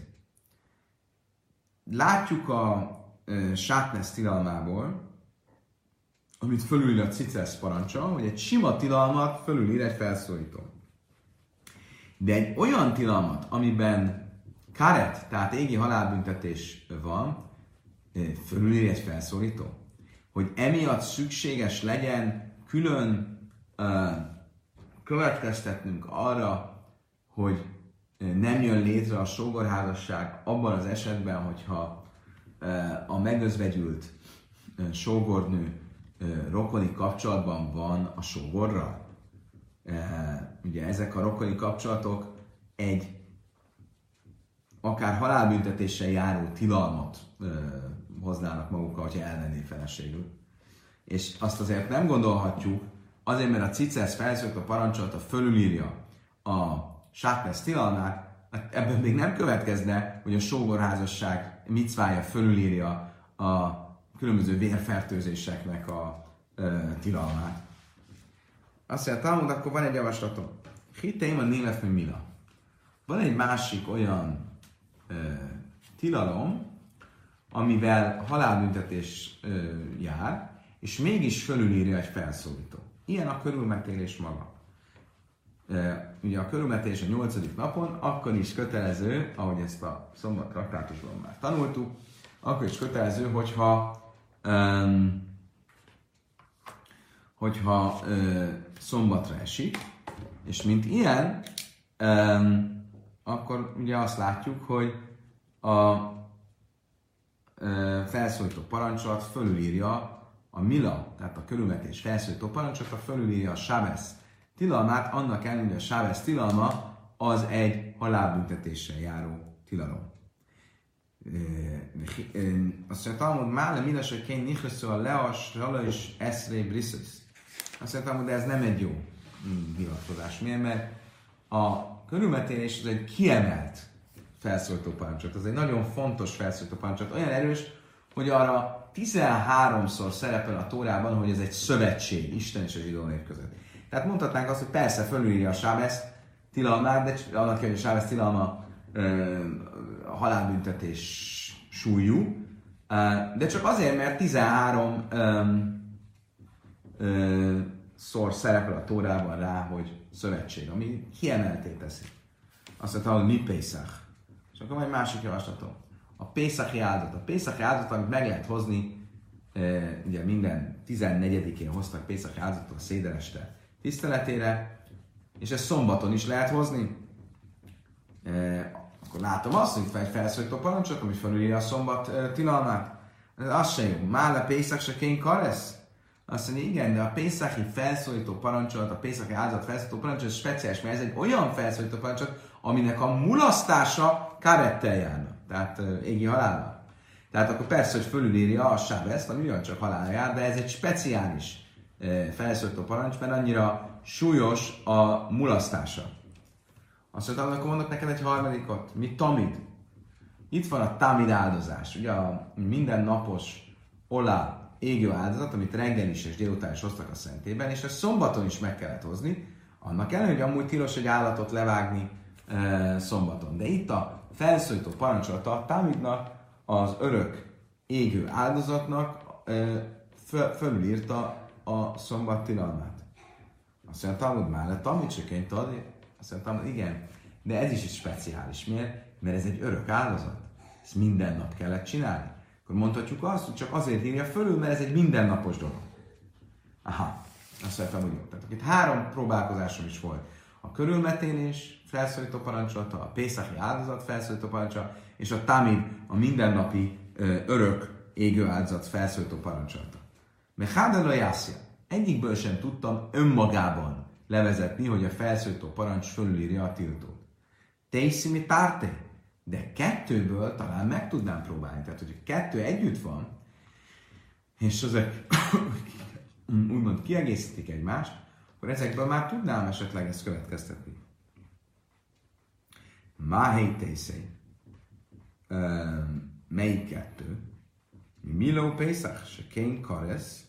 Látjuk a e, sátnesz tilalmából, amit fölülír a cicesz parancsa, hogy egy sima tilalmat fölülír egy felszólító. De egy olyan tilalmat, amiben karet, tehát égi halálbüntetés van, fölülír egy felszólító, hogy emiatt szükséges legyen külön uh, következtetnünk arra, hogy nem jön létre a sógorházasság abban az esetben, hogyha uh, a megözvegyült uh, sógornő uh, rokoni kapcsolatban van a sógorral. Uh, ugye ezek a rokoni kapcsolatok egy akár halálbüntetéssel járó tilalmat uh, hoznának magukkal, hogyha elvenné feleségül. És azt azért nem gondolhatjuk, azért, mert a cicesz felszólító parancsolata fölülírja a sátnesz tilalmát, ebből még nem következne, hogy a sógorházasság micvája fölülírja a különböző vérfertőzéseknek a uh, tilalmát. Azt mondja, Talmud, akkor van egy javaslatom. Hitteim a nélefő mila. Van egy másik olyan uh, tilalom, amivel halálbüntetés uh, jár, és mégis fölülírja egy felszólító. Ilyen a körülmetélés maga. Uh, ugye a körülmetélés a nyolcadik napon, akkor is kötelező, ahogy ezt a szombat traktátusban már tanultuk, akkor is kötelező, hogyha um, hogyha uh, szombatra esik, és mint ilyen, um, akkor ugye azt látjuk, hogy a uh, felszólító parancsolat fölülírja a mila, tehát a körülmetés felszólító parancsolata fölülírja a sábesz tilalmát, annak ellenére, hogy a sábesz tilalma az egy halálbüntetéssel járó tilalom. Azt mondja, Talmud, mále milas, hogy kény nichlaszó a leas, rala és eszré brisszis. Azt mondja, Talmud, de ez nem egy jó hivatkozás. Miért? Mert a körülmetélés az egy kiemelt felszólító parancsolat. Az egy nagyon fontos felszólító parancsolat. Olyan erős, hogy arra tizenháromszor szerepel a Tórában, hogy ez egy szövetség Isten és a zsidó nép között. Tehát mondhatnánk azt, hogy persze fölülírja a sábesz tilalmát, de annak kell, hogy a sábesz tilalma ö, a halálbüntetés súlyú, de csak azért, mert tizenhárom ö, ö, szor szerepel a Tórában rá, hogy szövetség, ami kiemelté teszi. Azt mondta, hogy mi Pészach. És akkor van egy másik javaslatom. A Pészachi áldozat. A Pészachi áldozat, amit meg lehet hozni, e, ugye minden tizennegyedikén hoztak Pészachi áldozatot a szédereste tiszteletére, és ezt szombaton is lehet hozni. E, akkor látom azt, hogy egy felszólító parancsot, ami felülírja a szombat e, tilalmát. Az se jó. Mála Pészak se kény karesz? Azt mondja, igen, de a Pészachi felszólító parancsolat, a Pészachi áldozat felszólító parancsolat speciális, mert ez egy olyan felszólító parancsolat, aminek a mulasztása karettel járna, tehát uh, égi halállal. Tehát akkor persze, hogy fölülírja a sábeszt, ami ugyancsak halálra jár, de ez egy speciális felszólító parancs, mert annyira súlyos a mulasztása. Azt mondtam, akkor mondok neked egy harmadikot. Mi tamid? Itt van a tamid áldozás. Ugye a mindennapos olá égő áldozat, amit reggel is és délután is hoztak a szentében, és ezt szombaton is meg kellett hozni, annak ellenére, hogy amúgy tilos egy állatot levágni e, szombaton. De itt a felszólító parancsolata a tamidnak, az örök égő áldozatnak e, föl, fölülírta a szombat tilalmát. Azt mondja, Talmud már lett, Talmud se kényt adni. Azt mondja, igen, de ez is egy speciális. Miért? Mert ez egy örök áldozat. Ezt minden nap kellett csinálni. Akkor mondhatjuk azt, hogy csak azért írja fölül, mert ez egy mindennapos dolog. Aha, azt mondtam, hogy jó. Tehát itt három próbálkozásom is volt. A körülmetélés felszólító parancsolata, a pészachi áldozat felszólító parancsolata, és a tamid, a mindennapi örök égő áldozat felszólító parancsolata. Mert hádala jászja. Egyikből sem tudtam önmagában levezetni, hogy a felszólító parancs fölülírja a tiltót. Teiszimi tárté, de kettőből talán meg tudnám próbálni. Tehát, hogy kettő együtt van, és ezek úgymond kiegészítik egymást, akkor ezekből már tudnám esetleg ezt következtetni. Máhely teiszé. Melyik kettő? Miló Pészach, se kén karesz.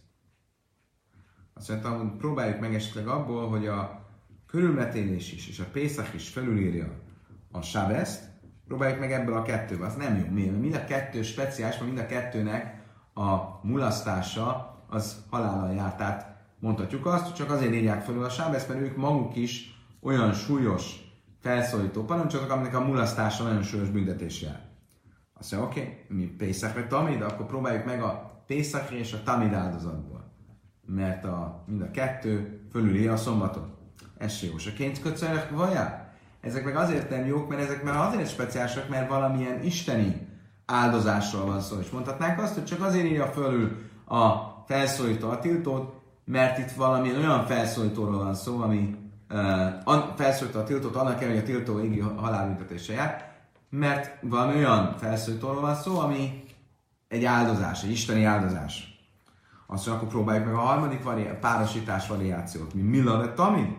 Azt mondtam, hogy próbáljuk meg esetleg abból, hogy a körülmetélés is, és a Pészach is felülírja a sábeszt, próbáljuk meg ebből a kettőből. Az nem jó. Miért? Mind a kettő speciális, mert mind a kettőnek a mulasztása az halállal jár. Tehát mondhatjuk azt, hogy csak azért írják felül a sábeszt, mert ők maguk is olyan súlyos felszólító parancsolatok, aminek a mulasztása nagyon súlyos büntetés jár. Azt mondja, oké, okay, mi Pészach vagy Tamid, akkor próbáljuk meg a Pészach és a Tamid áldozatból. Mert a, mind a kettő fölülírja a szombaton. Ez se jó. Se kéntkötszerek vajá? Ezek meg azért nem jók, mert ezek már azért speciálisak, mert valamilyen isteni áldozásról van szó. És mondhatnánk azt, hogy csak azért írja fölül a felszólító a tiltót, mert itt valami olyan felszólítóról van szó, ami uh, felszólító a tiltót, annak kell, hogy a tiltó égi halálbüntetése jár, mert valami olyan felszólítóról van szó, ami egy áldozás, egy isteni áldozás. Azt mondja, akkor próbáljuk meg a harmadik vari- párosítás variációt. Mi Milla de Tamid?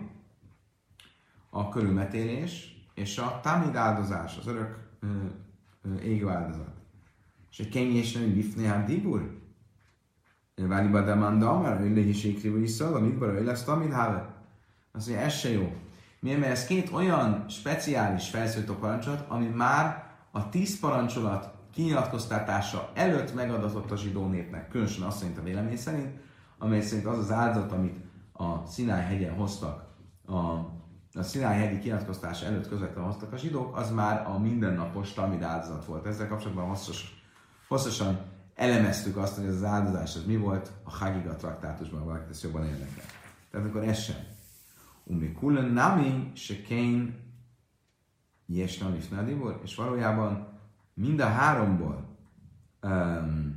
A körülmetélés és a Tamid áldozás, az örök ö, ö, égő áldozat. És egy kényés nem lifnéhán dibur? Váliba de manda, mert ő légy is ékrivő is szól, amit bara ő lesz Tamid háve. Azt mondja, ez se jó. Miért? Mert ez két olyan speciális felszólító parancsolat, ami már a tíz parancsolat kinyilatkoztatása előtt megadatott a zsidó népnek, különösen azt szerint a vélemény szerint, amely szerint az az áldozat, amit a Szináj hegyen hoztak, a, a Szináj hegyi kinyilatkoztatása előtt közvetlenül hoztak a zsidók, az már a mindennapos tamid áldozat volt. Ezzel kapcsolatban hosszas, hosszasan elemeztük azt, hogy ez az áldozás az mi volt, a Hagiga traktátusban valaki ezt jobban érdekel. Tehát akkor ez sem. Umi kulen nami se kén jesnam ifnadibor, és valójában mind a háromból um,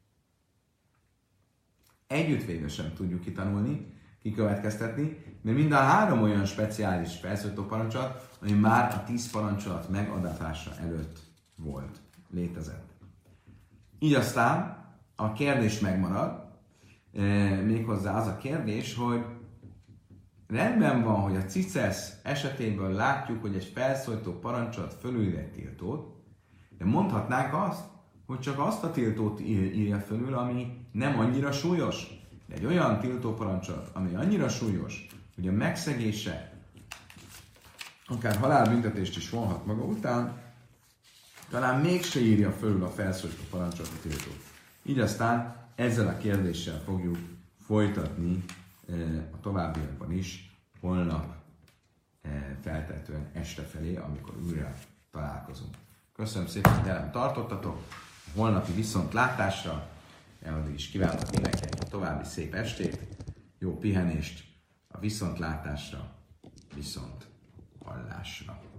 együttvéve sem tudjuk kitanulni, kikövetkeztetni, mert mind a három olyan speciális felszólító parancsolat, ami már a tíz parancsolat megadatása előtt volt, létezett. Így aztán a kérdés megmarad, e, méghozzá az a kérdés, hogy rendben van, hogy a cicesz esetéből látjuk, hogy egy felszólító parancsolat fölülír egy tiltót, de mondhatnánk azt, hogy csak azt a tiltót írja fölül, ami nem annyira súlyos. De egy olyan tiltóparancsolat, ami annyira súlyos, hogy a megszegése akár halálbüntetést is vonhat maga után, talán mégse írja fölül a felszólító parancsolat a tiltót. Így aztán ezzel a kérdéssel fogjuk folytatni a továbbiakban is, holnap feltetően este felé, amikor újra találkozunk. Köszönöm szépen, hogy velem tartottatok. A holnapi viszontlátásra, addig is kívánok mindenkinek további szép estét, jó pihenést, a viszontlátásra, viszont hallásra.